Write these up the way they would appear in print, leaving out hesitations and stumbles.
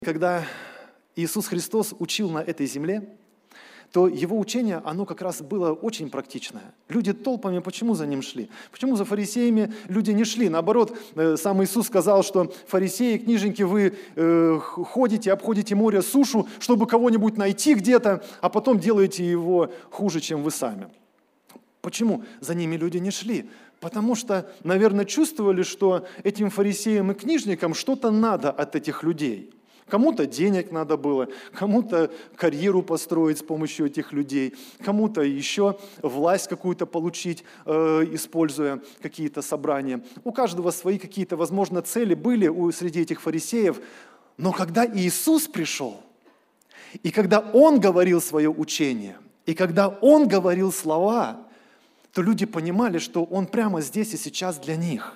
Когда Иисус Христос учил на этой земле, то Его учение, оно как раз было очень практичное. Люди толпами почему за Ним шли? Почему за фарисеями люди не шли? Наоборот, сам Иисус сказал, что фарисеи, книжники, вы ходите, обходите море, сушу, чтобы кого-нибудь найти где-то, а потом делаете его хуже, чем вы сами. Почему за ними люди не шли? Потому что, наверное, чувствовали, что этим фарисеям и книжникам что-то надо от этих людей. Кому-то денег надо было, кому-то карьеру построить с помощью этих людей, кому-то еще власть какую-то получить, используя какие-то собрания. У каждого свои какие-то, возможно, цели были среди этих фарисеев. Но когда Иисус пришел, и когда Он говорил свое учение, и когда Он говорил слова, то люди понимали, что Он прямо здесь и сейчас для них.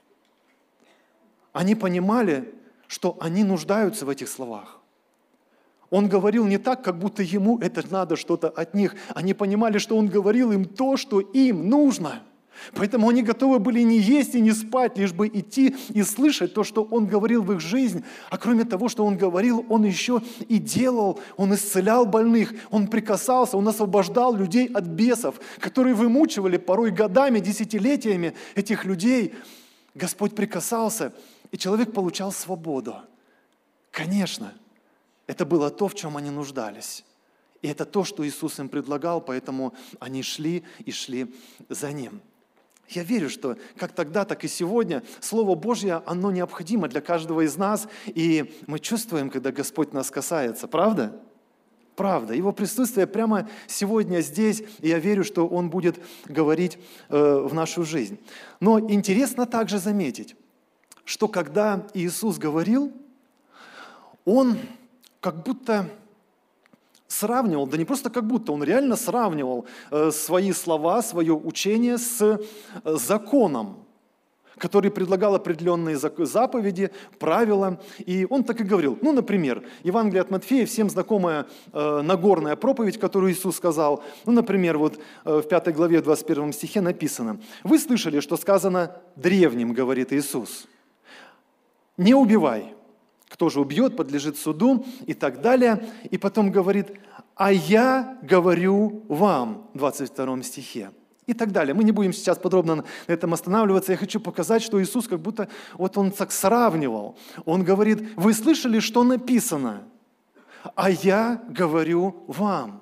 Они понимали, что они нуждаются в этих словах. Он говорил не так, как будто ему это надо что-то от них. Они понимали, что Он говорил им то, что им нужно. Поэтому они готовы были не есть и не спать, лишь бы идти и слышать то, что Он говорил в их жизнь. А кроме того, что Он говорил, Он еще и делал. Он исцелял больных, Он прикасался, Он освобождал людей от бесов, которые вымучивали порой годами, десятилетиями этих людей. Господь прикасался, и человек получал свободу. Конечно, это было то, в чем они нуждались. И это то, что Иисус им предлагал, поэтому они шли и шли за Ним. Я верю, что как тогда, так и сегодня Слово Божье, оно необходимо для каждого из нас, и мы чувствуем, когда Господь нас касается. Правда? Правда. Его присутствие прямо сегодня здесь, и я верю, что Он будет говорить в нашу жизнь. Но интересно также заметить, что когда Иисус говорил, Он как будто сравнивал, да не просто как будто, Он реально сравнивал свои слова, свое учение с законом, который предлагал определенные заповеди, правила. И Он так и говорил. Например, Евангелие от Матфея, всем знакомая Нагорная проповедь, которую Иисус сказал. Например, в 5 главе, в 21 стихе написано: «Вы слышали, что сказано древним, говорит Иисус, не убивай. Кто же убьет, подлежит суду», и так далее. И потом говорит: «А я говорю вам», в 22 стихе. И так далее. Мы не будем сейчас подробно на этом останавливаться. Я хочу показать, что Иисус как будто Он так сравнивал. Он говорит: «Вы слышали, что написано, а я говорю вам».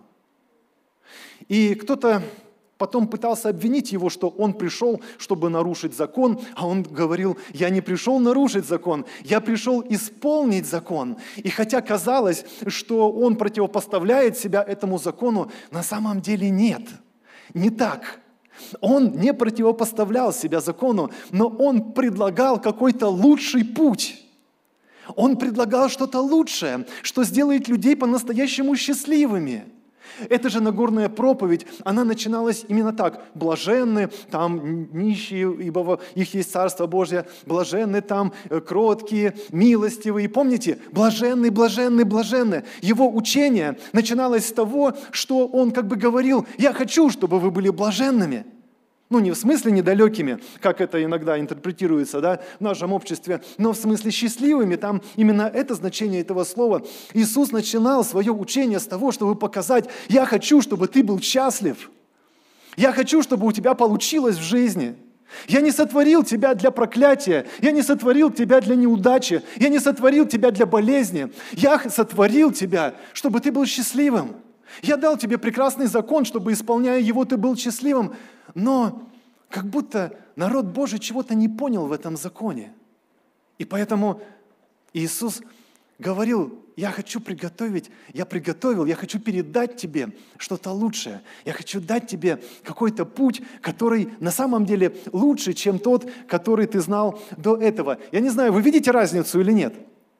И кто-то потом пытался обвинить Его, что Он пришел, чтобы нарушить закон, а Он говорил: «Я не пришел нарушить закон, я пришел исполнить закон». И хотя казалось, что Он противопоставляет себя этому закону, на самом деле нет, не так. Он не противопоставлял себя закону, но Он предлагал какой-то лучший путь. Он предлагал что-то лучшее, что сделает людей по-настоящему счастливыми. Эта же Нагорная проповедь, она начиналась именно так: блаженны там нищие, ибо их есть Царство Божье, блаженны там кроткие, милостивые. Помните? Блаженны, блаженны, блаженны. Его учение начиналось с того, что Он как бы говорил: «Я хочу, чтобы вы были блаженными». Не в смысле недалекими, как это иногда интерпретируется, в нашем обществе, но в смысле счастливыми. Там именно это значение этого слова. Иисус начинал свое учение с того, чтобы показать: «Я хочу, чтобы ты был счастлив. Я хочу, чтобы у тебя получилось в жизни. Я не сотворил тебя для проклятия, я не сотворил тебя для неудачи, я не сотворил тебя для болезни. Я сотворил тебя, чтобы ты был счастливым. Я дал тебе прекрасный закон, чтобы, исполняя его, ты был счастливым». Но как будто народ Божий чего-то не понял в этом законе. И поэтому Иисус говорил: «Я хочу приготовить, я приготовил, я хочу передать тебе что-то лучшее. Я хочу дать тебе какой-то путь, который на самом деле лучше, чем тот, который ты знал до этого». Я не знаю, вы видите разницу или нет?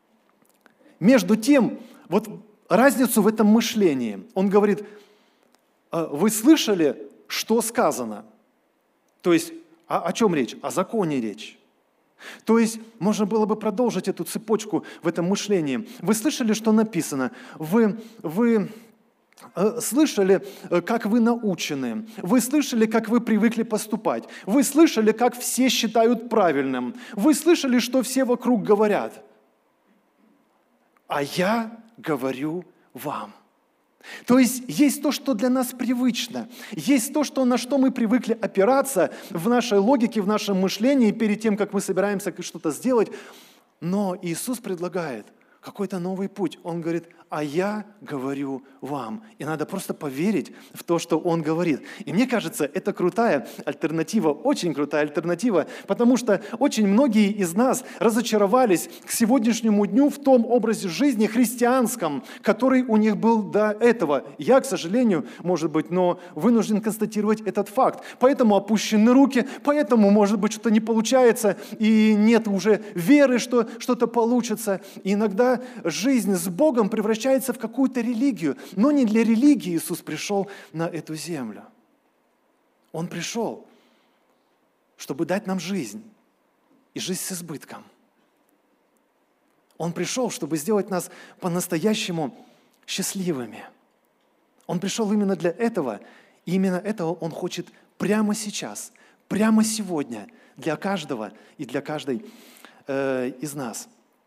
Между тем, разницу в этом мышлении. Он говорит: «Вы слышали, что сказано?» То есть, о чем речь? О законе речь. То есть, можно было бы продолжить эту цепочку в этом мышлении. Вы слышали, что написано? Вы слышали, как вы научены. Вы слышали, как вы привыкли поступать. Вы слышали, как все считают правильным. Вы слышали, что все вокруг говорят. а я говорю вам. То есть есть то, что для нас привычно, есть то, на что мы привыкли опираться в нашей логике, в нашем мышлении перед тем, как мы собираемся что-то сделать. Но Иисус предлагает какой-то новый путь. Он говорит, а я говорю вам. И надо просто поверить в то, что Он говорит. И мне кажется, это крутая альтернатива, очень крутая альтернатива, потому что очень многие из нас разочаровались к сегодняшнему дню в том образе жизни христианском, который у них был до этого. Я, к сожалению, может быть, но вынужден констатировать этот факт. Поэтому опущены руки, поэтому, может быть, что-то не получается, и нет уже веры, что что-то получится. И иногда жизнь с Богом превращается в какую-то религию. Но не для религии Иисус пришел на эту землю. Он пришел, чтобы дать нам жизнь, и жизнь с избытком. Он пришел, чтобы сделать нас по-настоящему счастливыми. Он пришел именно для этого, и именно этого Он хочет прямо сейчас, прямо сегодня для каждого и для каждой из нас.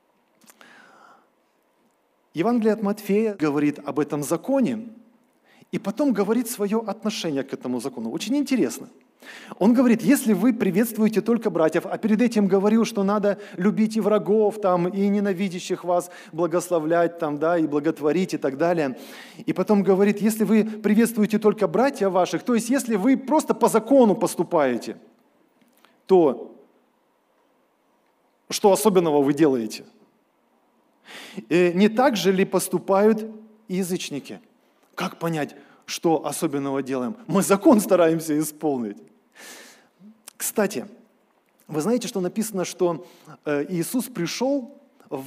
Евангелие от Матфея говорит об этом законе, и потом говорит свое отношение к этому закону. Очень интересно. Он говорит, если вы приветствуете только братьев, а перед этим говорил, что надо любить и врагов, и ненавидящих вас благословлять, и благотворить и так далее. И потом говорит, если вы приветствуете только братьев ваших, то есть если вы просто по закону поступаете, то что особенного вы делаете? Не так же ли поступают язычники? Как понять, что особенного делаем? Мы закон стараемся исполнить. Кстати, вы знаете, что написано, что Иисус пришел,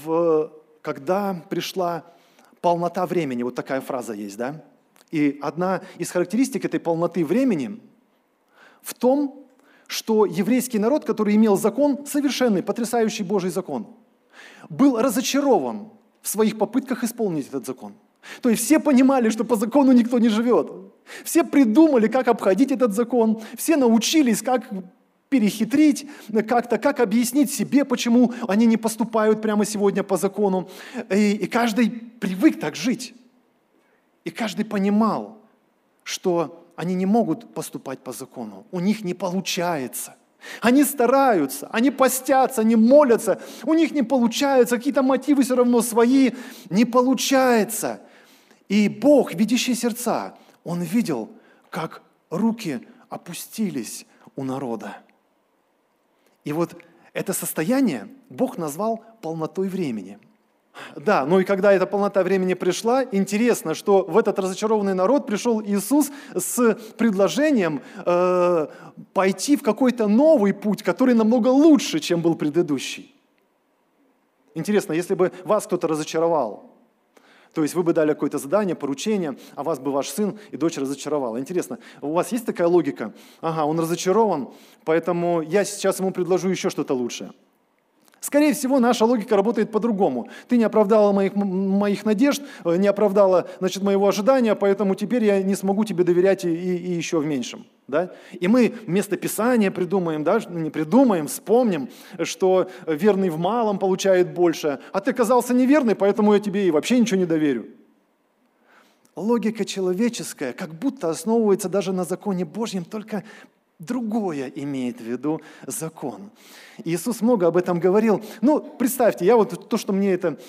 когда пришла полнота времени. Вот такая фраза есть, да? И одна из характеристик этой полноты времени в том, что еврейский народ, который имел закон, совершенный, потрясающий Божий закон, был разочарован в своих попытках исполнить этот закон. То есть все понимали, что по закону никто не живет. Все придумали, как обходить этот закон. Все научились, как перехитрить, как объяснить себе, почему они не поступают прямо сегодня по закону. И каждый привык так жить. И каждый понимал, что они не могут поступать по закону. У них не получается. Они стараются, они постятся, они молятся, у них не получается, какие-то мотивы все равно свои, не получается. И Бог, видящий сердца, Он видел, как руки опустились у народа. И вот это состояние Бог назвал полнотой времени. Да, ну и когда эта полнота времени пришла, интересно, что в этот разочарованный народ пришел Иисус с предложением пойти в какой-то новый путь, который намного лучше, чем был предыдущий. Интересно, если бы вас кто-то разочаровал, то есть вы бы дали какое-то задание, поручение, а вас бы ваш сын и дочь разочаровала. Интересно, у вас есть такая логика? Ага, он разочарован, поэтому я сейчас ему предложу еще что-то лучшее. Скорее всего, наша логика работает по-другому. Ты не оправдала моих надежд, не оправдала, моего ожидания, поэтому теперь я не смогу тебе доверять и еще в меньшем. Да? И мы вместо Писания придумаем, не придумаем, вспомним, что верный в малом получает больше, а ты оказался неверный, поэтому я тебе и вообще ничего не доверю. Логика человеческая как будто основывается даже на законе Божьем, только другое имеет в виду закон. Иисус много об этом говорил. Ну, представьте, то, что мне это,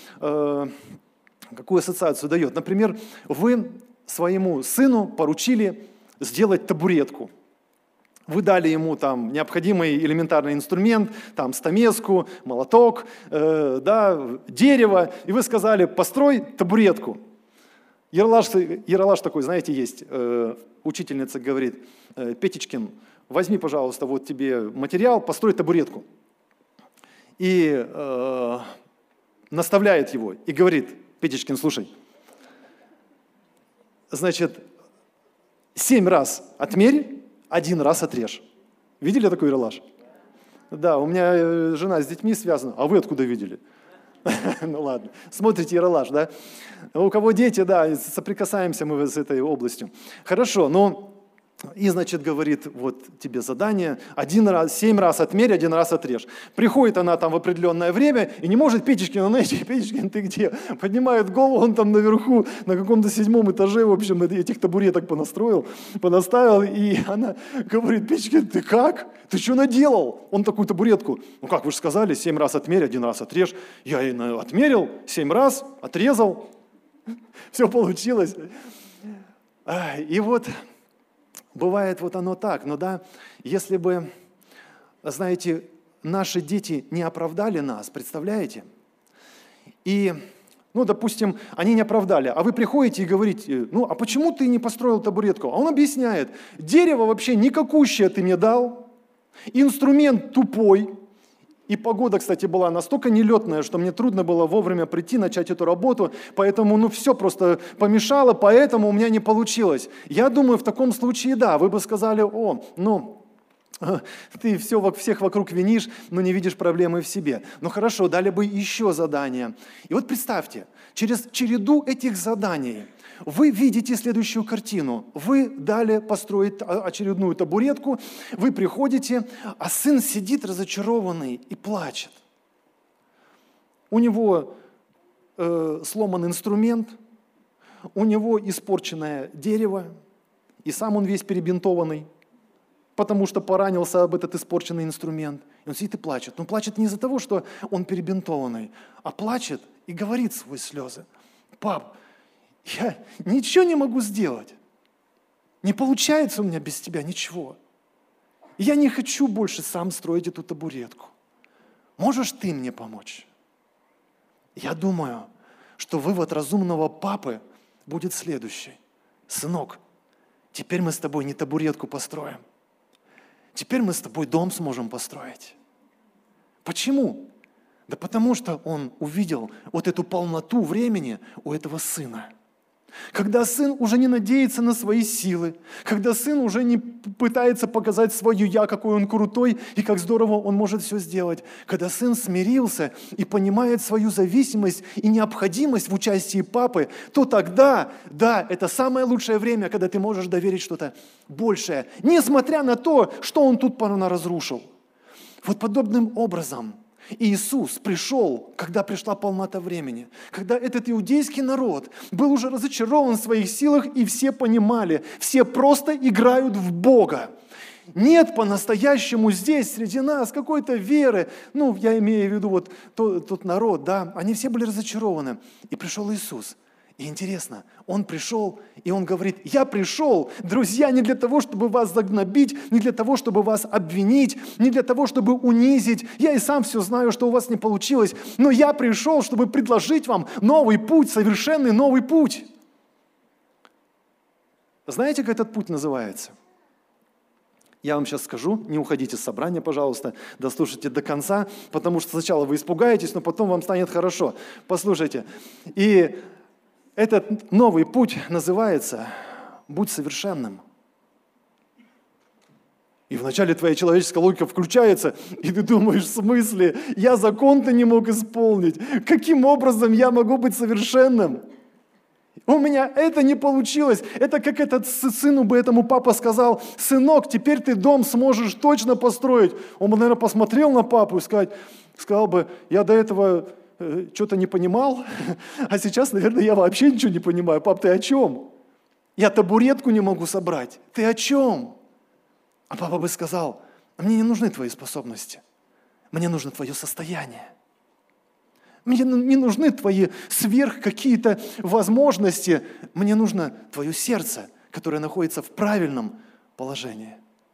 какую ассоциацию дает. Например, вы своему сыну поручили сделать табуретку. Вы дали ему необходимый элементарный инструмент, стамеску, молоток, дерево, и вы сказали, построй табуретку. Ералаш такой, знаете, есть, учительница говорит, Петечкин, возьми, пожалуйста, вот тебе материал, построй табуретку. И наставляет его и говорит, Петечкин, слушай, 7 раз отмерь, 1 раз отрежь. Видели такой ералаш? Да, у меня жена с детьми связана. А вы откуда видели? Ну ладно, смотрите ералаш, да? У кого дети, да, соприкасаемся мы с этой областью. Хорошо, но И, значит, говорит, вот тебе задание, 7 раз отмерь, 1 раз отрежь. Приходит она там в определенное время и не может: Петечкин, Петечкин, ты где? Поднимает голову, он там наверху, на каком-то 7 этаже, в общем, этих табуреток понаставил, и она говорит: Петечкин, ты как? Ты что наделал? Он такую табуретку: ну как, вы же сказали, 7 раз отмерь, 1 раз отрежь. Я и отмерил, 7 раз, отрезал, все получилось. И вот... Бывает вот оно так, но да, если бы, знаете, наши дети не оправдали нас, представляете? И, допустим, они не оправдали, а вы приходите и говорите: а почему ты не построил табуретку? А он объясняет: дерево вообще никакущее ты мне дал, инструмент тупой. И погода, кстати, была настолько нелетная, что мне трудно было вовремя прийти, начать эту работу, поэтому, все просто помешало, поэтому у меня не получилось. Я думаю, в таком случае, да, вы бы сказали: ты всех вокруг винишь, но не видишь проблемы в себе. Ну хорошо, дали бы еще задание. И вот представьте, через череду этих заданий вы видите следующую картину. Вы дали построить очередную табуретку, вы приходите, а сын сидит разочарованный и плачет. У него сломан инструмент, у него испорченное дерево, и сам он весь перебинтованный, потому что поранился об этот испорченный инструмент. И он сидит и плачет. Но плачет не из-за того, что он перебинтованный, а плачет и говорит сквозь слезы: пап, я ничего не могу сделать. Не получается у меня без тебя ничего. Я не хочу больше сам строить эту табуретку. Можешь ты мне помочь? Я думаю, что вывод разумного папы будет следующий: сынок, теперь мы с тобой не табуретку построим. Теперь мы с тобой дом сможем построить. Почему? Да потому что он увидел вот эту полноту времени у этого сына. Когда сын уже не надеется на свои силы, когда сын уже не пытается показать свое «я», какой он крутой и как здорово он может все сделать, когда сын смирился и понимает свою зависимость и необходимость в участии папы, то тогда, да, это самое лучшее время, когда ты можешь доверить что-то большее, несмотря на то, что он тут порно разрушил. Вот подобным образом Иисус пришел, когда пришла полнота времени, когда этот иудейский народ был уже разочарован в своих силах, и все понимали, все просто играют в Бога. Нет по-настоящему здесь, среди нас, какой-то веры. Я имею в виду вот тот народ, да, они все были разочарованы. И пришел Иисус. И интересно, Он пришел, и Он говорит: я пришел, друзья, не для того, чтобы вас загнобить, не для того, чтобы вас обвинить, не для того, чтобы унизить. Я и сам все знаю, что у вас не получилось, но я пришел, чтобы предложить вам новый путь, совершенный новый путь. Знаете, как этот путь называется? Я вам сейчас скажу, не уходите с собрания, пожалуйста, дослушайте до конца, потому что сначала вы испугаетесь, но потом вам станет хорошо. Послушайте. И этот новый путь называется «Будь совершенным». И вначале твоя человеческая логика включается, и ты думаешь: в смысле? Я закон-то не мог исполнить. Каким образом я могу быть совершенным? У меня это не получилось. Это как этот сыну бы этому папа сказал: сынок, теперь ты дом сможешь точно построить. Он бы, наверное, посмотрел на папу и сказал бы: я до этого что-то не понимал, а сейчас, наверное, я вообще ничего не понимаю. Пап, ты о чем? Я табуретку не могу собрать. Ты о чем? А папа бы сказал: мне не нужны твои способности. Мне нужно твое состояние. Мне не нужны твои сверх какие-то возможности. Мне нужно твое сердце, которое находится в правильном положении.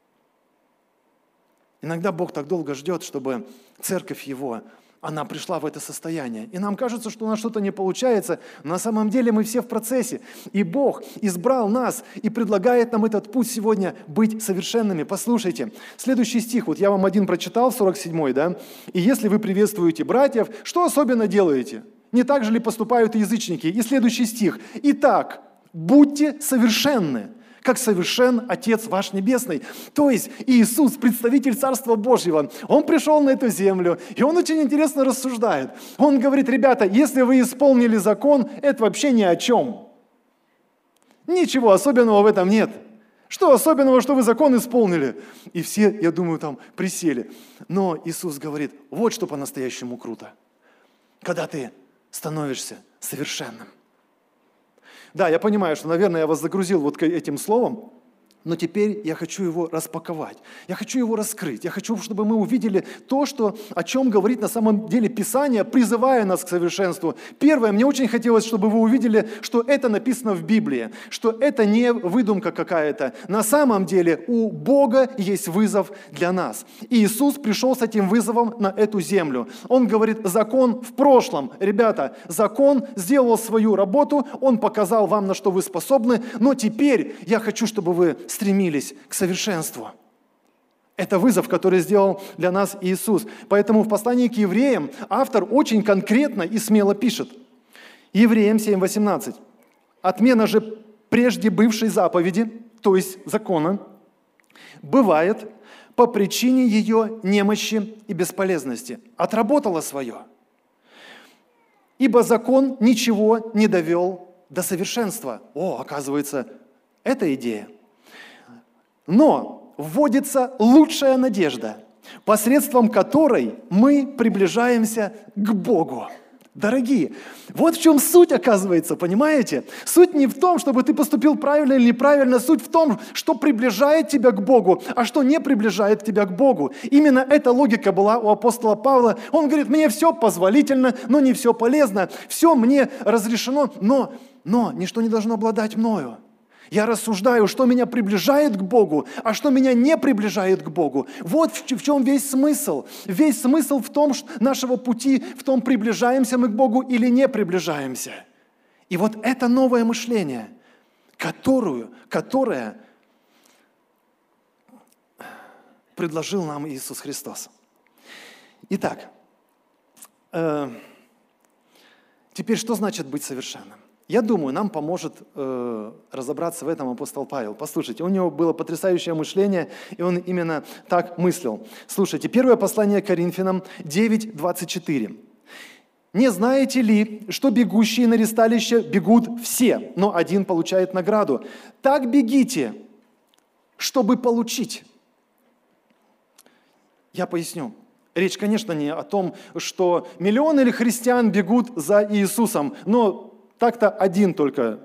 Иногда Бог так долго ждет, чтобы церковь Его, она пришла в это состояние. И нам кажется, что у нас что-то не получается, но на самом деле мы все в процессе. И Бог избрал нас и предлагает нам этот путь сегодня быть совершенными. Послушайте, следующий стих, вот я вам один прочитал, 47-й, да? «И если вы приветствуете братьев, что особенно делаете? Не так же ли поступают и язычники?» И следующий стих. «Итак, будьте совершенны, как совершен Отец ваш Небесный». То есть Иисус, представитель Царства Божьего, Он пришел на эту землю, и Он очень интересно рассуждает. Он говорит: ребята, если вы исполнили закон, это вообще ни о чем. Ничего особенного в этом нет. Что особенного, что вы закон исполнили? И все, я думаю, там присели. Но Иисус говорит, вот что по-настоящему круто. Когда ты становишься совершенным. Да, я понимаю, что, наверное, я вас загрузил вот этим словом, но теперь я хочу его распаковать, я хочу его раскрыть, я хочу, чтобы мы увидели то, о чем говорит на самом деле Писание, призывая нас к совершенству. Первое, мне очень хотелось, чтобы вы увидели, что это написано в Библии, что это не выдумка какая-то. На самом деле у Бога есть вызов для нас. И Иисус пришел с этим вызовом на эту землю. Он говорит, закон в прошлом. Ребята, закон сделал свою работу, он показал вам, на что вы способны, но теперь я хочу, чтобы вы стремились к совершенству. Это вызов, который сделал для нас Иисус. Поэтому в послании к евреям автор очень конкретно и смело пишет. Евреям 7:18. Отмена же прежде бывшей заповеди, то есть закона, бывает по причине ее немощи и бесполезности. Отработала свое. Ибо закон ничего не довел до совершенства. Оказывается, это идея. Но вводится лучшая надежда, посредством которой мы приближаемся к Богу. Дорогие, вот в чем суть, оказывается, понимаете? Суть не в том, чтобы ты поступил правильно или неправильно, суть в том, что приближает тебя к Богу, а что не приближает тебя к Богу. Именно эта логика была у апостола Павла. Он говорит, мне все позволительно, но не все полезно, все мне разрешено, но ничто не должно обладать мною. Я рассуждаю, что меня приближает к Богу, а что меня не приближает к Богу. Вот в чем весь смысл. Весь смысл в том, что нашего пути, в том, приближаемся мы к Богу или не приближаемся. И вот это новое мышление, которое предложил нам Иисус Христос. Итак, теперь что значит быть совершенным? Я думаю, нам поможет разобраться в этом апостол Павел. Послушайте, у него было потрясающее мышление, и он именно так мыслил. Слушайте, первое послание к Коринфянам 9:24. «Не знаете ли, что бегущие на ресталище бегут все, но один получает награду? Так бегите, чтобы получить». Я поясню. Речь, конечно, не о том, что миллионы христиан бегут за Иисусом, но так-то один только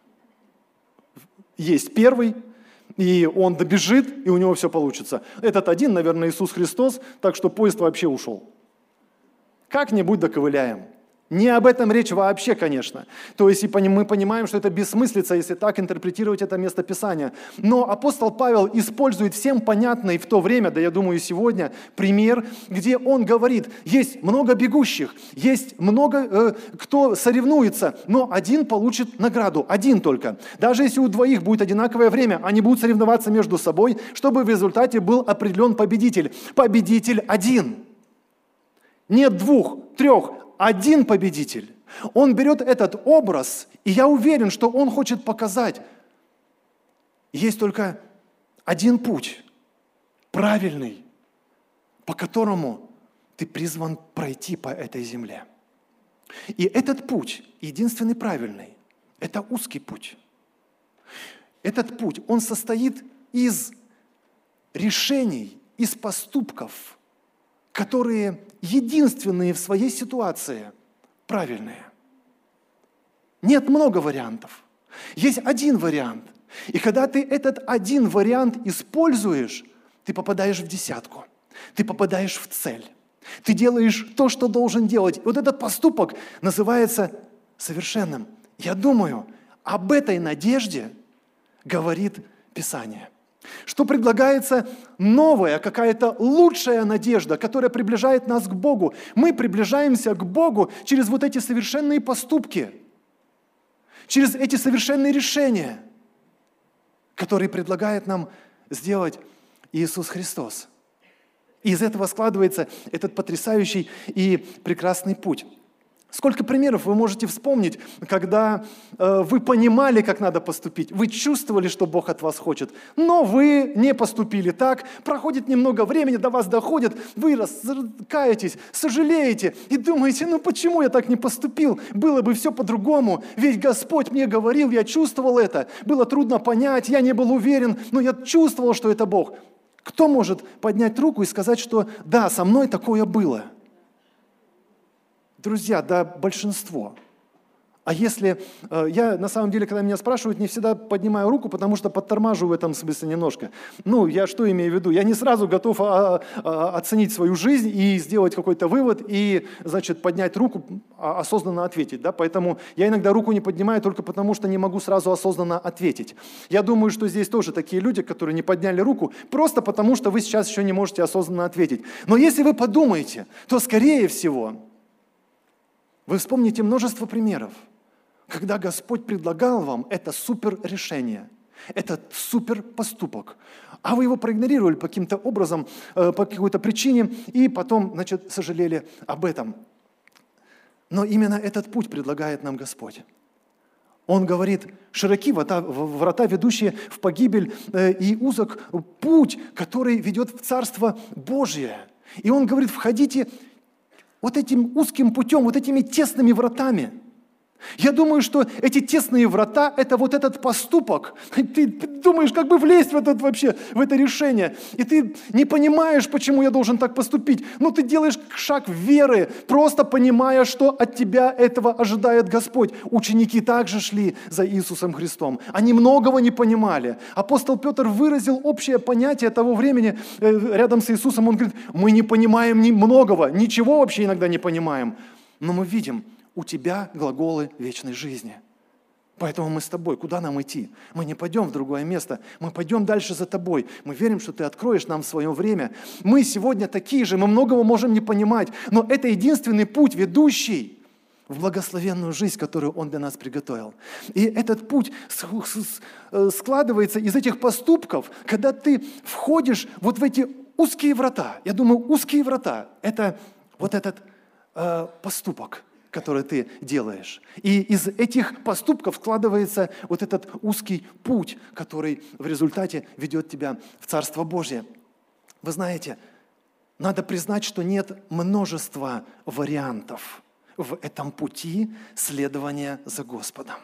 есть первый, и он добежит, и у него все получится. Этот один, наверное, Иисус Христос, так что поезд вообще ушел. Как-нибудь доковыляем. Не об этом речь вообще, конечно. То есть мы понимаем, что это бессмыслица, если так интерпретировать это местописание. Но апостол Павел использует всем понятный в то время, да я думаю и сегодня, пример, где он говорит, есть много бегущих, есть много кто соревнуется, но один получит награду, один только. Даже если у двоих будет одинаковое время, они будут соревноваться между собой, чтобы в результате был определен победитель. Победитель один. Нет двух, трех, один победитель. Он берет этот образ, и я уверен, что он хочет показать, есть только один путь, правильный, по которому ты призван пройти по этой земле. И этот путь, единственный правильный, это узкий путь. Этот путь, он состоит из решений, из поступков, которые единственные в своей ситуации правильные. Нет много вариантов. Есть один вариант. И когда ты этот один вариант используешь, ты попадаешь в десятку. Ты попадаешь в цель. Ты делаешь то, что должен делать. И вот этот поступок называется совершенным. Я думаю, об этой надежде говорит Писание. Что предлагается новая, какая-то лучшая надежда, которая приближает нас к Богу. Мы приближаемся к Богу через вот эти совершенные поступки, через эти совершенные решения, которые предлагает нам сделать Иисус Христос. И из этого складывается этот потрясающий и прекрасный путь. Сколько примеров вы можете вспомнить, когда вы понимали, как надо поступить, вы чувствовали, что Бог от вас хочет, но вы не поступили так, проходит немного времени, до вас доходит, вы раскаетесь, сожалеете и думаете, ну почему я так не поступил, было бы все по-другому, ведь Господь мне говорил, я чувствовал это, было трудно понять, я не был уверен, но я чувствовал, что это Бог. Кто может поднять руку и сказать, что да, со мной такое было? Друзья, да, большинство. А если, я на самом деле, когда меня спрашивают, не всегда поднимаю руку, потому что подтормаживаю в этом смысле немножко. Ну, я что имею в виду? Я не сразу готов оценить свою жизнь и сделать какой-то вывод, и, значит, поднять руку, осознанно ответить. Да? Поэтому я иногда руку не поднимаю только потому, что не могу сразу осознанно ответить. Я думаю, что здесь тоже такие люди, которые не подняли руку, просто потому что вы сейчас еще не можете осознанно ответить. Но если вы подумаете, то, скорее всего, вы вспомните множество примеров, когда Господь предлагал вам это супер решение, этот супер поступок, а вы его проигнорировали по каким-то образом, по какой-то причине, и потом, значит, сожалели об этом. Но именно этот путь предлагает нам Господь. Он говорит, широки врата, ведущие в погибель, и узок путь, который ведет в Царство Божие. И Он говорит, входите вот этим узким путем, вот этими тесными вратами. Я думаю, что эти тесные врата – это вот этот поступок. Ты думаешь, как бы влезть в это решение. И ты не понимаешь, почему я должен так поступить. Но ты делаешь шаг веры, просто понимая, что от тебя этого ожидает Господь. Ученики также шли за Иисусом Христом. Они многого не понимали. Апостол Петр выразил общее понятие того времени рядом с Иисусом. Он говорит, мы не понимаем многого, ничего вообще иногда не понимаем. Но мы видим, у тебя глаголы вечной жизни. Поэтому мы с тобой. Куда нам идти? Мы не пойдем в другое место. Мы пойдем дальше за тобой. Мы верим, что ты откроешь нам в свое время. Мы сегодня такие же. Мы многого можем не понимать. Но это единственный путь, ведущий в благословенную жизнь, которую Он для нас приготовил. И этот путь складывается из этих поступков, когда ты входишь вот в эти узкие врата. Я думаю, узкие врата – это вот этот поступок, который ты делаешь. И из этих поступков складывается вот этот узкий путь, который в результате ведет тебя в Царство Божие. Вы знаете, надо признать, что нет множества вариантов в этом пути следования за Господом.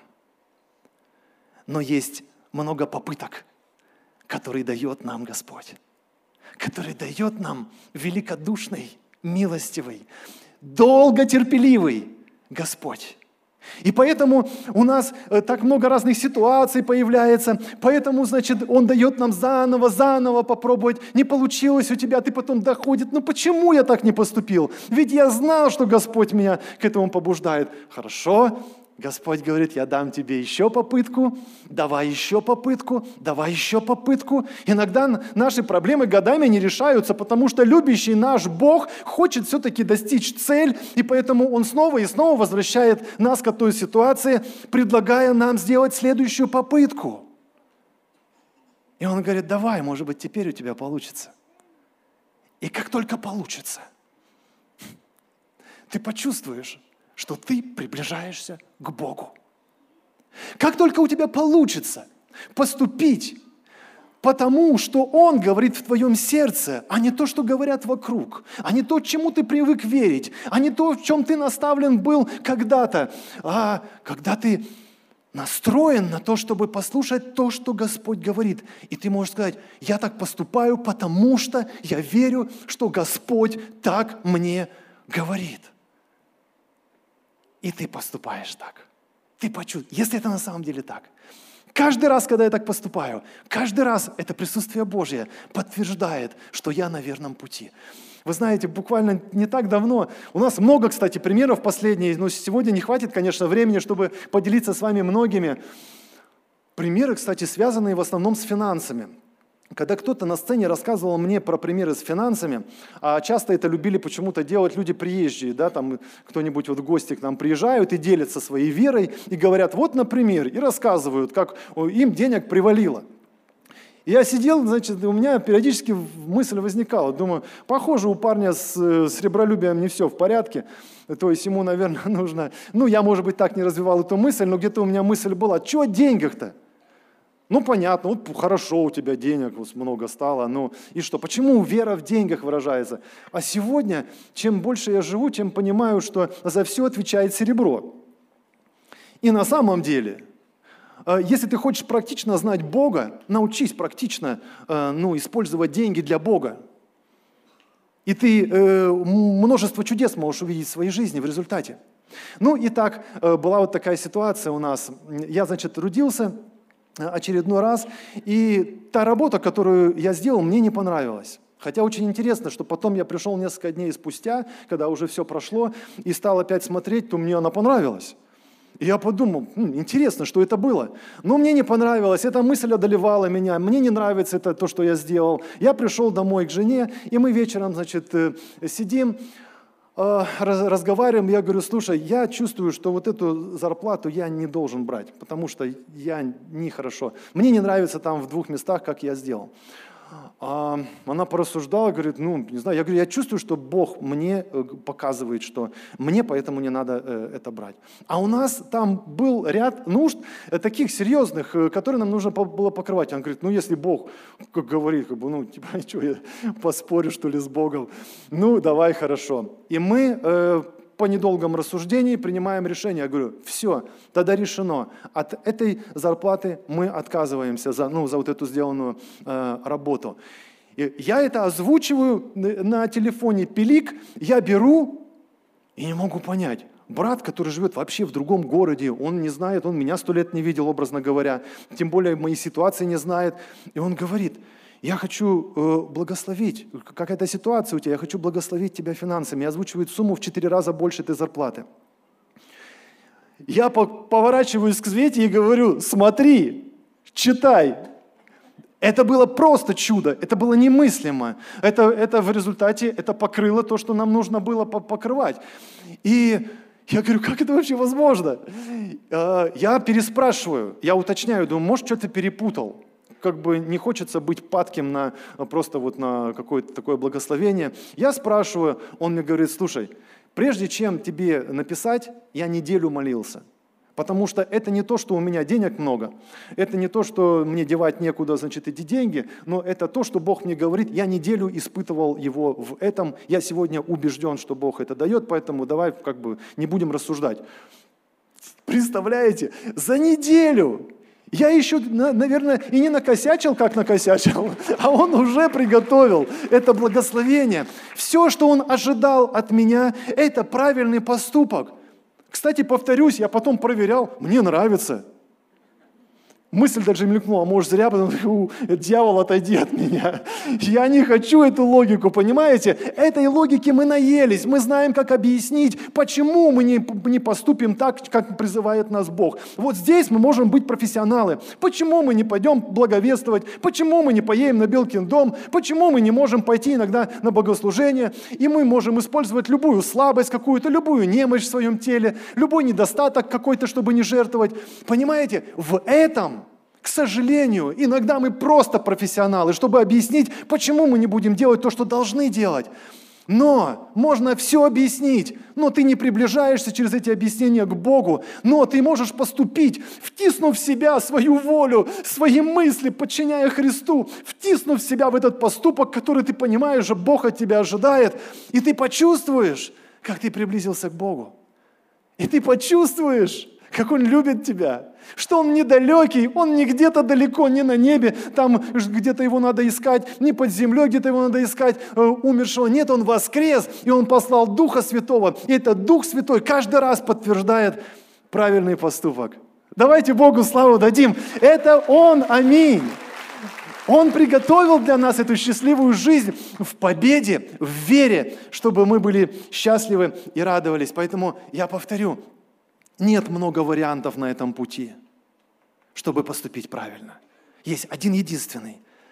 Но есть много попыток, которые дает нам Господь, который дает нам великодушный, милостивый, долготерпеливый Господь. И поэтому у нас так много разных ситуаций появляется, поэтому, значит, Он дает нам заново попробовать. Не получилось у тебя, ты потом доходит, ну почему я так не поступил? Ведь я знал, что Господь меня к этому побуждает. Хорошо, Господь говорит, я дам тебе еще попытку, давай еще попытку, давай еще попытку. Иногда наши проблемы годами не решаются, потому что любящий наш Бог хочет все-таки достичь цель, и поэтому Он снова и снова возвращает нас к той ситуации, предлагая нам сделать следующую попытку. И Он говорит, давай, может быть, теперь у тебя получится. И как только получится, ты почувствуешь, что ты приближаешься к Богу. Как только у тебя получится поступить потому, что Он говорит в твоем сердце, а не то, что говорят вокруг, а не то, чему ты привык верить, а не то, в чем ты наставлен был когда-то, а когда ты настроен на то, чтобы послушать то, что Господь говорит. И ты можешь сказать, я так поступаю, потому что я верю, что Господь так мне говорит. И ты поступаешь так. Ты почувствуешь, если это на самом деле так. Каждый раз, когда я так поступаю, каждый раз это присутствие Божье подтверждает, что я на верном пути. Вы знаете, буквально не так давно, у нас много, кстати, примеров последних, но сегодня не хватит, конечно, времени, чтобы поделиться с вами многими. Примеры, кстати, связанные в основном с финансами. Когда кто-то на сцене рассказывал мне про примеры с финансами, а часто это любили почему-то делать люди приезжие, да, там кто-нибудь вот в гости к нам приезжают и делятся своей верой, и говорят, вот, например, и рассказывают, как им денег привалило. И я сидел, значит, у меня периодически мысль возникала. Думаю, похоже, у парня с сребролюбием не все в порядке. То есть ему, наверное, нужно... я, может быть, так не развивал эту мысль, но где-то у меня мысль была, что о деньгах-то? Понятно, хорошо, у тебя денег много стало, и что? Почему вера в деньгах выражается? А сегодня, чем больше я живу, тем понимаю, что за все отвечает серебро. И на самом деле, если ты хочешь практично знать Бога, научись практично использовать деньги для Бога. И ты множество чудес можешь увидеть в своей жизни в результате. Итак, была вот такая ситуация у нас. Я, значит, трудился очередной раз, и та работа, которую я сделал, мне не понравилась. Хотя очень интересно, что потом я пришел несколько дней спустя, когда уже все прошло, и стал опять смотреть, то мне она понравилась. И я подумал, интересно, что это было. Но мне не понравилось, эта мысль одолевала меня, мне не нравится это то, что я сделал. Я пришел домой к жене, и мы вечером, значит, сидим, разговариваем, я говорю, слушай, я чувствую, что вот эту зарплату я не должен брать, потому что я нехорошо. Мне не нравится там в 2 местах, как я сделал. Она порассуждала, говорит, не знаю, я говорю, я чувствую, что Бог мне показывает, что мне поэтому не надо это брать. А у нас там был ряд нужд таких серьезных, которые нам нужно было покрывать. Он говорит, если Бог как говорит, что я поспорю, что ли, с Богом? Давай, хорошо. И мы по недолгом рассуждении принимаем решение. Я говорю, все, тогда решено. От этой зарплаты мы отказываемся за вот эту сделанную работу. И я это озвучиваю на телефоне, пилик, я беру и не могу понять. Брат, который живет вообще в другом городе, он не знает, он меня 100 лет не видел, образно говоря, тем более моей ситуации не знает. И он говорит, я хочу благословить, какая-то ситуация у тебя, я хочу благословить тебя финансами. И озвучивает сумму в 4 раза больше этой зарплаты. Я поворачиваюсь к Свете и говорю, смотри, читай. Это было просто чудо, это было немыслимо. Это в результате, это покрыло то, что нам нужно было покрывать. И я говорю, как это вообще возможно? Я переспрашиваю, я уточняю, думаю, может, что-то перепутал. Не хочется быть падким на какое-то такое благословение. Я спрашиваю, он мне говорит, слушай, прежде чем тебе написать, я неделю молился. Потому что это не то, что у меня денег много, это не то, что мне девать некуда, значит, эти деньги, но это то, что Бог мне говорит. Я неделю испытывал его в этом, я сегодня убежден, что Бог это дает, поэтому давай не будем рассуждать. Представляете, за неделю! Я еще, наверное, и не накосячил, как накосячил, а он уже приготовил это благословение. Все, что он ожидал от меня, это правильный поступок. Кстати, повторюсь, я потом проверял, мне нравится. Мысль даже мелькнула, может зря, потому что дьявол, отойди от меня. Я не хочу эту логику, понимаете? Этой логики мы наелись, мы знаем, как объяснить, почему мы не поступим так, как призывает нас Бог. Вот здесь мы можем быть профессионалы. Почему мы не пойдем благовествовать? Почему мы не поедем на Белкин дом? Почему мы не можем пойти иногда на богослужение? И мы можем использовать любую слабость какую-то, любую немощь в своем теле, любой недостаток какой-то, чтобы не жертвовать. Понимаете, в этом, к сожалению, иногда мы просто профессионалы, чтобы объяснить, почему мы не будем делать то, что должны делать. Но можно все объяснить, но ты не приближаешься через эти объяснения к Богу, но ты можешь поступить, втиснув в себя свою волю, свои мысли, подчиняя Христу, втиснув себя в этот поступок, который ты понимаешь, что Бог от тебя ожидает, и ты почувствуешь, как ты приблизился к Богу. И ты почувствуешь, как Он любит тебя, что Он недалекий, Он не где-то далеко, не на небе, там где-то Его надо искать, не под землей где-то Его надо искать, умершего. Нет, Он воскрес, и Он послал Духа Святого. И этот Дух Святой каждый раз подтверждает правильный поступок. Давайте Богу славу дадим. Это Он, аминь. Он приготовил для нас эту счастливую жизнь в победе, в вере, чтобы мы были счастливы и радовались. Поэтому я повторю, нет много вариантов на этом пути, чтобы поступить правильно. Есть один единственный,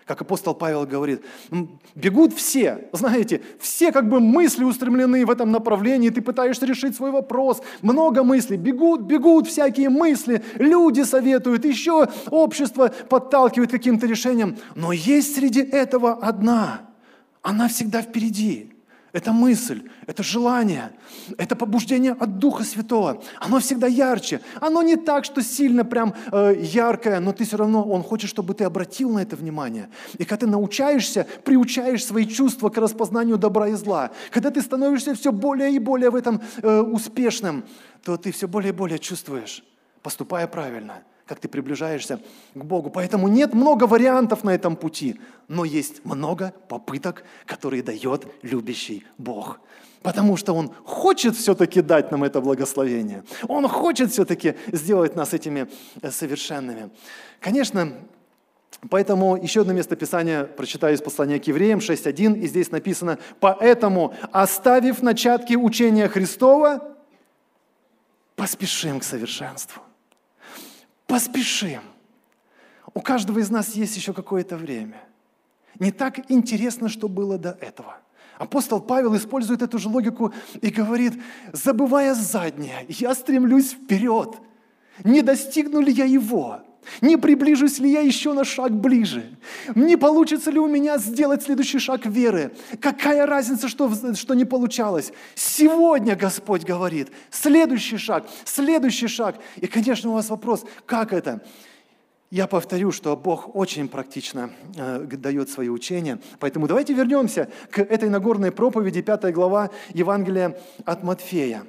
Как апостол Павел говорит, бегут все, знаете, все как бы мысли устремлены в этом направлении, ты пытаешься решить свой вопрос, много мыслей, бегут всякие мысли, люди советуют, еще общество подталкивает к каким-то решениям, но есть среди этого одна, она всегда впереди. Это мысль, это желание, это побуждение от Духа Святого. Оно всегда ярче. Оно не так, что сильно прям яркое, но ты все равно, Он хочет, чтобы ты обратил на это внимание. И когда ты приучаешь свои чувства к распознанию добра и зла, когда ты становишься все более и более в этом успешным, то ты все более и более чувствуешь, поступая правильно, как ты приближаешься к Богу. Поэтому нет много вариантов на этом пути, но есть много попыток, которые дает любящий Бог. Потому что Он хочет все-таки дать нам это благословение. Он хочет все-таки сделать нас этими совершенными. Конечно, поэтому еще одно место Писания прочитаю из послания к Евреям 6:1, и здесь написано: «Поэтому, оставив начатки учения Христова, поспешим к совершенству». Поспешим. У каждого из нас есть еще какое-то время. Не так интересно, что было до этого. Апостол Павел использует эту же логику и говорит: забывая заднее, я стремлюсь вперед. Не достигну ли я его? Не приближусь ли я еще на шаг ближе? Не получится ли у меня сделать следующий шаг веры? Какая разница, что не получалось? Сегодня Господь говорит: следующий шаг. И, конечно, у вас вопрос: как это? Я повторю, что Бог очень практично дает свои учения. Поэтому давайте вернемся к этой Нагорной проповеди, 5 глава Евангелия от Матфея.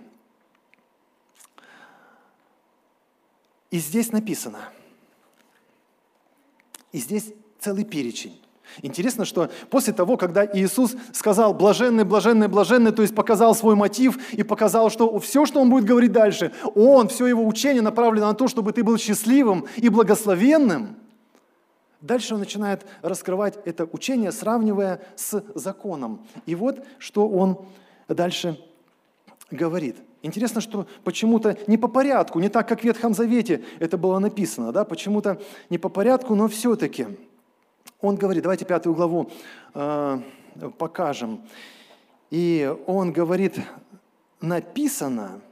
И здесь написано, и здесь целый перечень. Интересно, что после того, когда Иисус сказал «блаженны, блаженны, блаженны», то есть показал свой мотив и показал, что все, что Он будет говорить дальше, все Его учение направлено на то, чтобы ты был счастливым и благословенным, дальше Он начинает раскрывать это учение, сравнивая с законом. И вот, что Он дальше говорит. Интересно, что почему-то не по порядку, не так, как в Ветхом Завете это было написано, да, почему-то не по порядку, но все-таки. Он говорит, давайте 5 главу покажем. И он говорит, написано,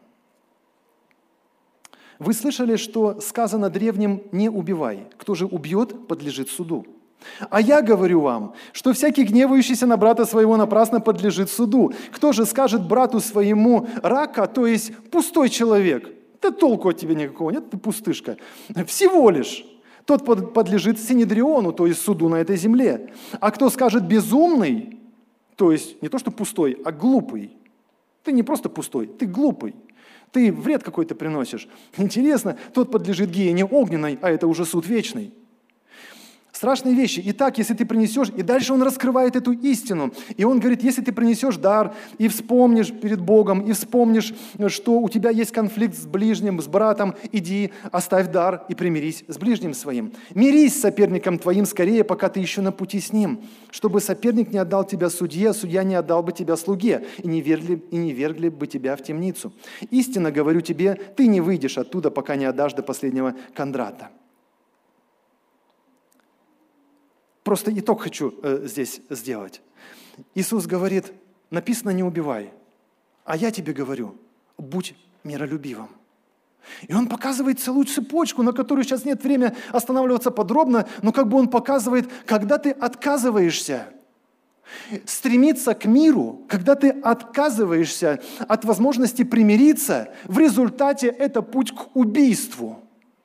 вы слышали, что сказано древним «не убивай». Кто же убьет, подлежит суду. А я говорю вам, что всякий гневающийся на брата своего напрасно подлежит суду. Кто же скажет брату своему рака, то есть пустой человек? Да толку от тебя никакого нет, ты пустышка. Всего лишь. Тот подлежит синедриону, то есть суду на этой земле. А кто скажет безумный, то есть не то, что пустой, а глупый. Ты не просто пустой, ты глупый. Ты вред какой-то приносишь. Интересно, тот подлежит гиене огненной, а это уже суд вечный. Страшные вещи. Итак, если ты принесешь, и дальше он раскрывает эту истину. И он говорит, если ты принесешь дар и вспомнишь перед Богом, и вспомнишь, что у тебя есть конфликт с ближним, с братом, иди, оставь дар и примирись с ближним своим. Мирись с соперником твоим скорее, пока ты еще на пути с ним, чтобы соперник не отдал тебя судье, а судья не отдал бы тебя слуге, и не вергли бы тебя в темницу. Истинно говорю тебе, ты не выйдешь оттуда, пока не отдашь до последнего кондрата. Просто итог хочу здесь сделать. Иисус говорит, написано «не убивай», а я тебе говорю, будь миролюбивым. И Он показывает целую цепочку, на которую сейчас нет времени останавливаться подробно, но как бы Он показывает, когда ты отказываешься стремиться к миру, когда ты отказываешься от возможности примириться, в результате это путь к убийству.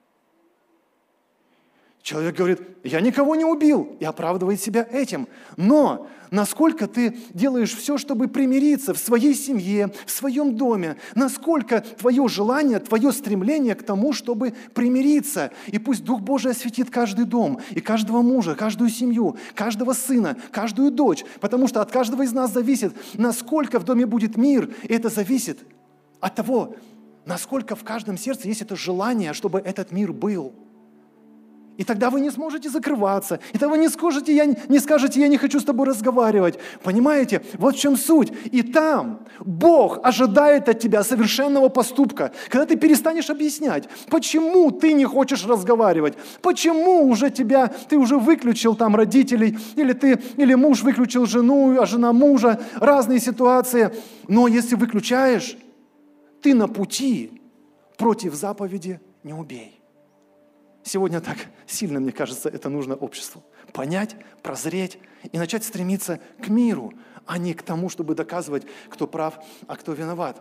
Человек говорит, я никого не убил, и оправдывает себя этим. Но насколько ты делаешь все, чтобы примириться в своей семье, в своем доме, насколько твое желание, твое стремление к тому, чтобы примириться. И пусть Дух Божий осветит каждый дом, и каждого мужа, каждую семью, каждого сына, каждую дочь, потому что от каждого из нас зависит, насколько в доме будет мир, и это зависит от того, насколько в каждом сердце есть это желание, чтобы этот мир был. И тогда вы не сможете закрываться. И тогда вы не скажете, я не хочу с тобой разговаривать. Понимаете? Вот в чем суть. И там Бог ожидает от тебя совершенного поступка. Когда ты перестанешь объяснять, почему ты не хочешь разговаривать, почему ты уже выключил там родителей, или муж выключил жену, а жена мужа, разные ситуации. Но если выключаешь, ты на пути против заповеди «не убей». Сегодня так сильно, мне кажется, это нужно обществу. Понять, прозреть и начать стремиться к миру, а не к тому, чтобы доказывать, кто прав, а кто виноват.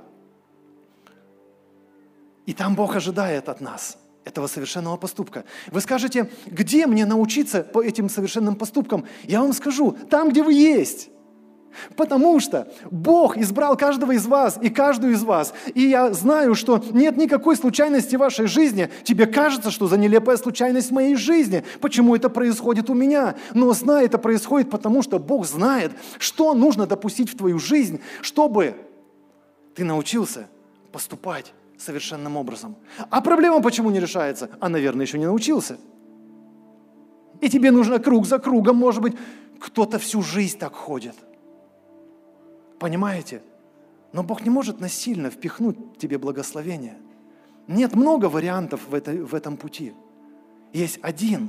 И там Бог ожидает от нас этого совершенного поступка. Вы скажете, где мне научиться по этим совершенным поступкам? Я вам скажу, там, где вы есть. Потому что Бог избрал каждого из вас и каждую из вас. И я знаю, что нет никакой случайности в вашей жизни. Тебе кажется, что за нелепая случайность в моей жизни. Почему это происходит у меня? Но знай, это происходит потому, что Бог знает, что нужно допустить в твою жизнь, чтобы ты научился поступать совершенным образом. А проблема почему не решается? А, наверное, еще не научился. И тебе нужно круг за кругом, может быть, кто-то всю жизнь так ходит. Понимаете? Но Бог не может насильно впихнуть тебе благословение. Нет много вариантов в этом пути. Есть один,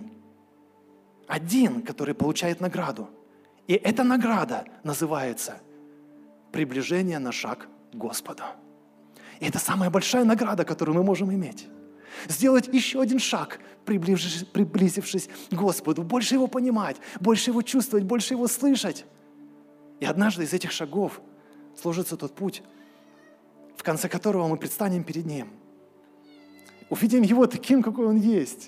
который получает награду. И эта награда называется приближение на шаг к Господу. И это самая большая награда, которую мы можем иметь. Сделать еще один шаг, приблизившись к Господу, больше Его понимать, больше Его чувствовать, больше Его слышать. И однажды из этих шагов сложится тот путь, в конце которого мы предстанем перед Ним. Увидим Его таким, какой Он есть.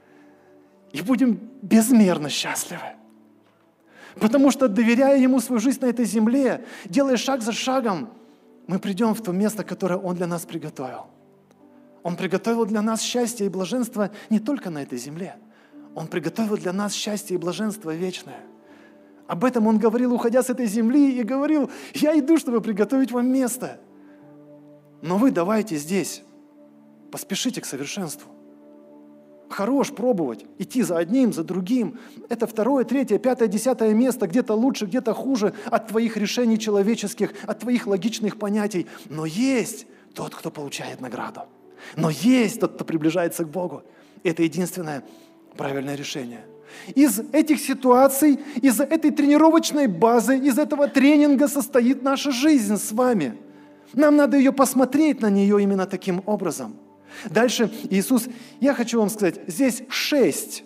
И будем безмерно счастливы. Потому что, доверяя Ему свою жизнь на этой земле, делая шаг за шагом, мы придем в то место, которое Он для нас приготовил. Он приготовил для нас счастье и блаженство не только на этой земле. Он приготовил для нас счастье и блаженство вечное. Об этом Он говорил, уходя с этой земли, и говорил, я иду, чтобы приготовить вам место. Но вы давайте здесь, поспешите к совершенству. Хорош пробовать, идти за одним, за другим. Это 2, 3, 5, 10 место, где-то лучше, где-то хуже от твоих решений человеческих, от твоих логичных понятий. Но есть тот, кто получает награду. Но есть тот, кто приближается к Богу. Это единственное правильное решение. Из этих ситуаций, из этой тренировочной базы, из этого тренинга состоит наша жизнь с вами. Нам надо ее посмотреть на нее именно таким образом. Дальше Иисус, я хочу вам сказать, здесь 6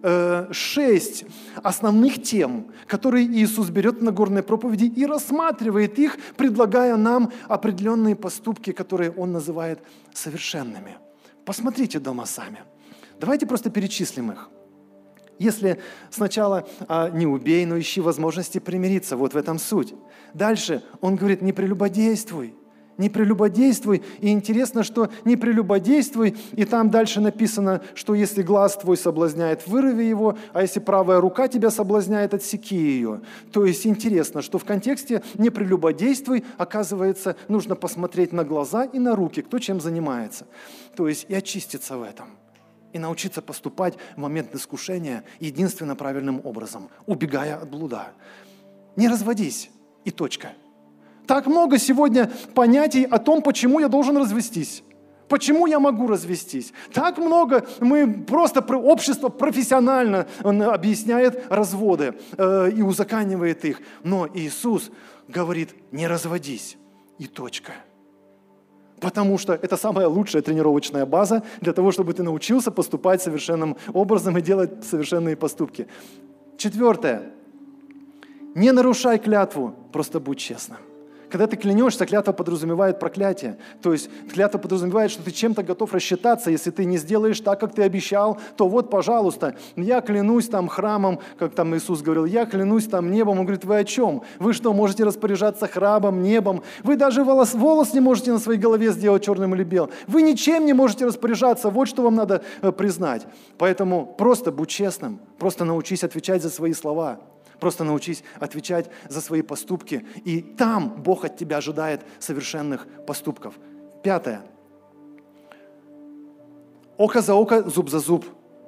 основных тем, которые Иисус берет на Нагорной проповеди и рассматривает их, предлагая нам определенные поступки, которые Он называет совершенными. Посмотрите дома сами. Давайте просто перечислим их. Если сначала не убей, но ищи возможности примириться, вот в этом суть. Дальше Он говорит, не прелюбодействуй. Не прелюбодействуй. И интересно, что не прелюбодействуй, и там дальше написано, что если глаз твой соблазняет, вырви его, а если правая рука тебя соблазняет, отсеки ее. То есть интересно, что в контексте не прелюбодействуй, оказывается, нужно посмотреть на глаза и на руки, кто чем занимается. То есть и очиститься в этом. И научиться поступать в момент искушения единственно правильным образом, убегая от блуда. Не разводись, и точка. Так много сегодня понятий о том, почему я должен развестись. Почему я могу развестись? Так много общество профессионально объясняет разводы и узаконивает их. Но Иисус говорит, не разводись, и точка. Потому что это самая лучшая тренировочная база для того, чтобы ты научился поступать совершенным образом и делать совершенные поступки. 4. Не нарушай клятву, просто будь честным. Когда ты клянешься, клятва подразумевает проклятие. То есть клятва подразумевает, что ты чем-то готов рассчитаться. Если ты не сделаешь так, как ты обещал, то вот, пожалуйста, я клянусь там храмом, как там Иисус говорил, я клянусь там небом. Он говорит, вы о чем? Вы что, можете распоряжаться храмом, небом? Вы даже волос не можете на своей голове сделать черным или белым. Вы ничем не можете распоряжаться. Вот что вам надо признать. Поэтому просто будь честным, просто научись отвечать за свои слова. Просто научись отвечать за свои поступки. И там Бог от тебя ожидает совершенных поступков. 5. Око за око, зуб за зуб.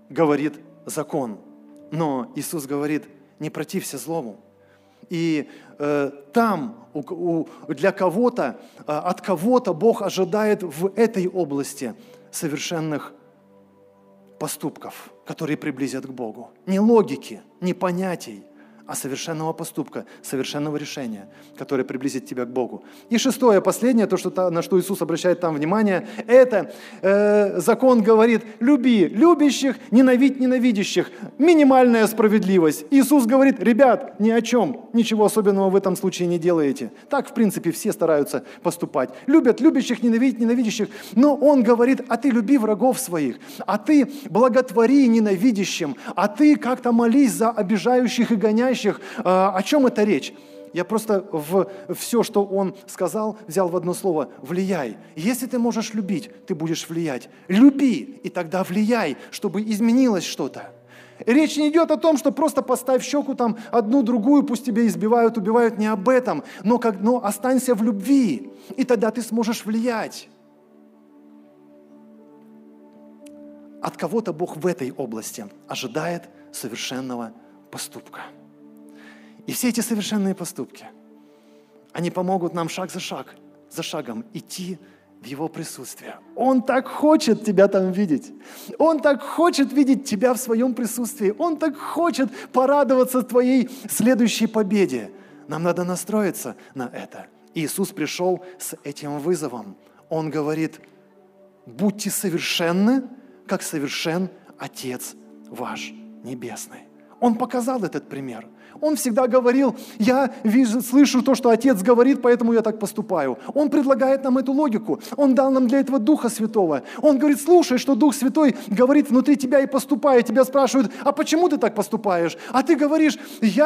говорит закон. Но Иисус говорит, не протився злому. И там для кого-то, от кого-то Бог ожидает в этой области совершенных поступков, которые приблизят к Богу. Не логики, не понятий, а совершенного поступка, совершенного решения, которое приблизит тебя к Богу. И шестое, последнее, то, на что Иисус обращает там внимание, это закон говорит, люби любящих, ненавидь ненавидящих. Минимальная справедливость. Иисус говорит, ребят, ни о чем, ничего особенного в этом случае не делаете. Так, в принципе, все стараются поступать. Любят любящих, ненавидят ненавидящих. Но Он говорит, а ты люби врагов своих, а ты благотвори ненавидящим, а ты как-то молись за обижающих и гоняющих. О чем это речь? Я просто все, что он сказал, взял в одно слово – влияй. Если ты можешь любить, ты будешь влиять. Люби, и тогда влияй, чтобы изменилось что-то. Речь не идет о том, что просто поставь щеку там одну, другую, пусть тебя избивают, убивают, не об этом. Но останься в любви, и тогда ты сможешь влиять. От кого-то Бог в этой области ожидает совершенного поступка. И все эти совершенные поступки, они помогут нам шаг за шагом идти в Его присутствие. Он так хочет тебя там видеть. Он так хочет видеть тебя в своем присутствии. Он так хочет порадоваться твоей следующей победе. Нам надо настроиться на это. Иисус пришел с этим вызовом. Он говорит, будьте совершенны, как совершен Отец ваш Небесный. Он показал этот пример. Он всегда говорил, я слышу то, что Отец говорит, поэтому я так поступаю. Он предлагает нам эту логику. Он дал нам для этого Духа Святого. Он говорит, слушай, что Дух Святой говорит внутри тебя и поступай. Тебя спрашивают, а почему ты так поступаешь? А ты говоришь,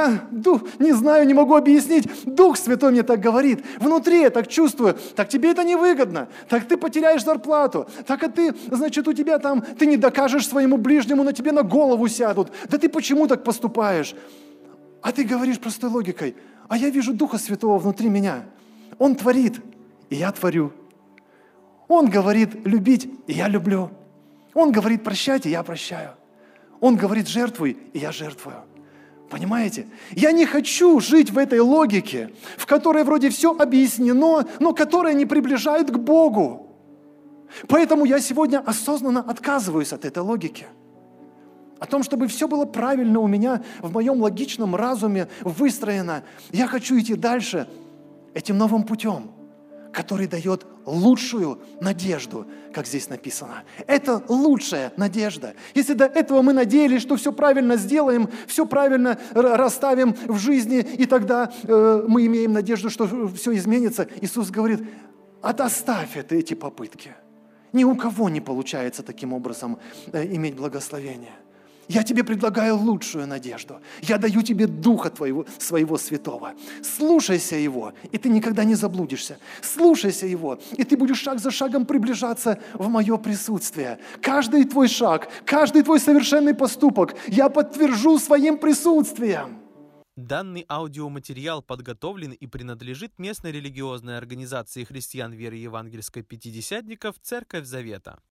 не знаю, не могу объяснить. Дух Святой мне так говорит. Внутри я так чувствую. Так тебе это невыгодно. Так ты потеряешь зарплату. Так у тебя там, ты не докажешь своему ближнему, на тебе на голову сядут. Да ты почему так поступаешь? А ты говоришь простой логикой, а я вижу Духа Святого внутри меня. Он творит, и я творю. Он говорит любить, и я люблю. Он говорит прощать, и я прощаю. Он говорит жертвуй, и я жертвую. Понимаете? Я не хочу жить в этой логике, в которой вроде все объяснено, но которая не приближает к Богу. Поэтому я сегодня осознанно отказываюсь от этой логики. О том, чтобы все было правильно у меня, в моем логичном разуме выстроено. Я хочу идти дальше этим новым путем, который дает лучшую надежду, как здесь написано. Это лучшая надежда. Если до этого мы надеялись, что все правильно сделаем, все правильно расставим в жизни, и тогда мы имеем надежду, что все изменится, Иисус говорит, оставь эти попытки. Ни у кого не получается таким образом иметь благословение. Я тебе предлагаю лучшую надежду. Я даю тебе Духа своего Святого. Слушайся Его, и ты никогда не заблудишься. Слушайся Его, и ты будешь шаг за шагом приближаться в мое присутствие. Каждый твой шаг, каждый твой совершенный поступок я подтвержу своим присутствием. Данный аудиоматериал подготовлен и принадлежит местной религиозной организации христиан веры евангельской пятидесятников «Церковь Завета».